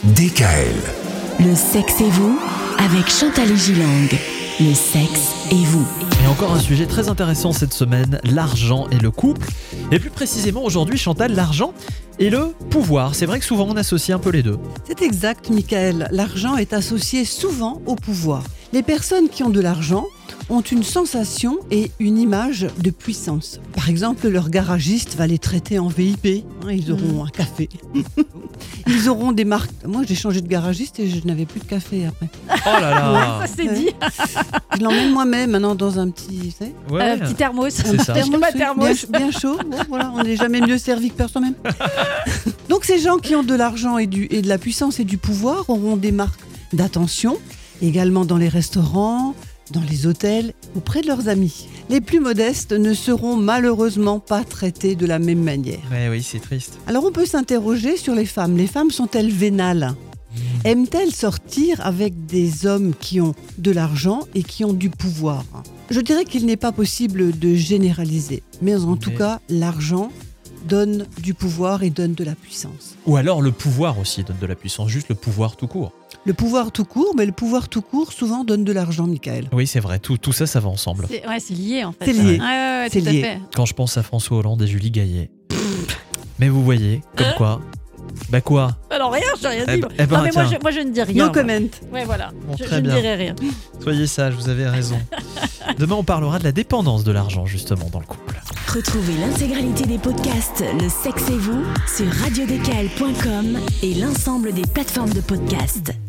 DKL. Le sexe et vous, avec Chantal Gilang. Le sexe et vous. Et encore un sujet très intéressant cette semaine, l'argent et le couple. Et plus précisément aujourd'hui, Chantal, l'argent et le pouvoir. C'est vrai que souvent on associe un peu les deux. C'est exact, Michael. L'argent est associé souvent au pouvoir. Les personnes qui ont de l'argent ont une sensation et une image de puissance. Par exemple, leur garagiste va les traiter en VIP. Ils auront un café. Ils auront des marques. Moi, j'ai changé de garagiste et je n'avais plus de café après. Oh là là. Ça c'est dit. Je l'emmène moi-même maintenant dans un petit... tu sais, Ouais, Petit thermos. C'est ça. J'ai ma thermos. bien chaud. Bon, voilà, on n'est jamais mieux servi que par soi-même. Donc ces gens qui ont de l'argent et de la puissance et du pouvoir auront des marques d'attention, également dans les restaurants, dans les hôtels, auprès de leurs amis. Les plus modestes ne seront malheureusement pas traités de la même manière. Ouais, oui, c'est triste. Alors on peut s'interroger sur les femmes. Les femmes sont-elles vénales ? Aiment-elles sortir avec des hommes qui ont de l'argent et qui ont du pouvoir ? Je dirais qu'il n'est pas possible de généraliser. Mais en tout cas, l'argent donne du pouvoir et donne de la puissance. Ou alors le pouvoir aussi donne de la puissance, juste le pouvoir tout court. Le pouvoir tout court, mais le pouvoir tout court souvent donne de l'argent, Michael. Oui, c'est vrai, tout ça, ça va ensemble. C'est lié en fait. C'est lié. Ouais, C'est tout lié. à fait. Quand je pense à François Hollande et Julie Gaillet. Mais vous voyez, comme quoi. Bah quoi ? Alors rien, j'ai rien dit. Eh ben, Non mais moi tiens. je ne dis rien. No comment. Ouais voilà. Bon, je très ne bien. dirai rien. Soyez sages, vous avez raison. Demain, on parlera de la dépendance de l'argent, justement, dans le couple. Retrouvez l'intégralité des podcasts Le sexe et vous sur radiodkl.com et l'ensemble des plateformes de podcasts.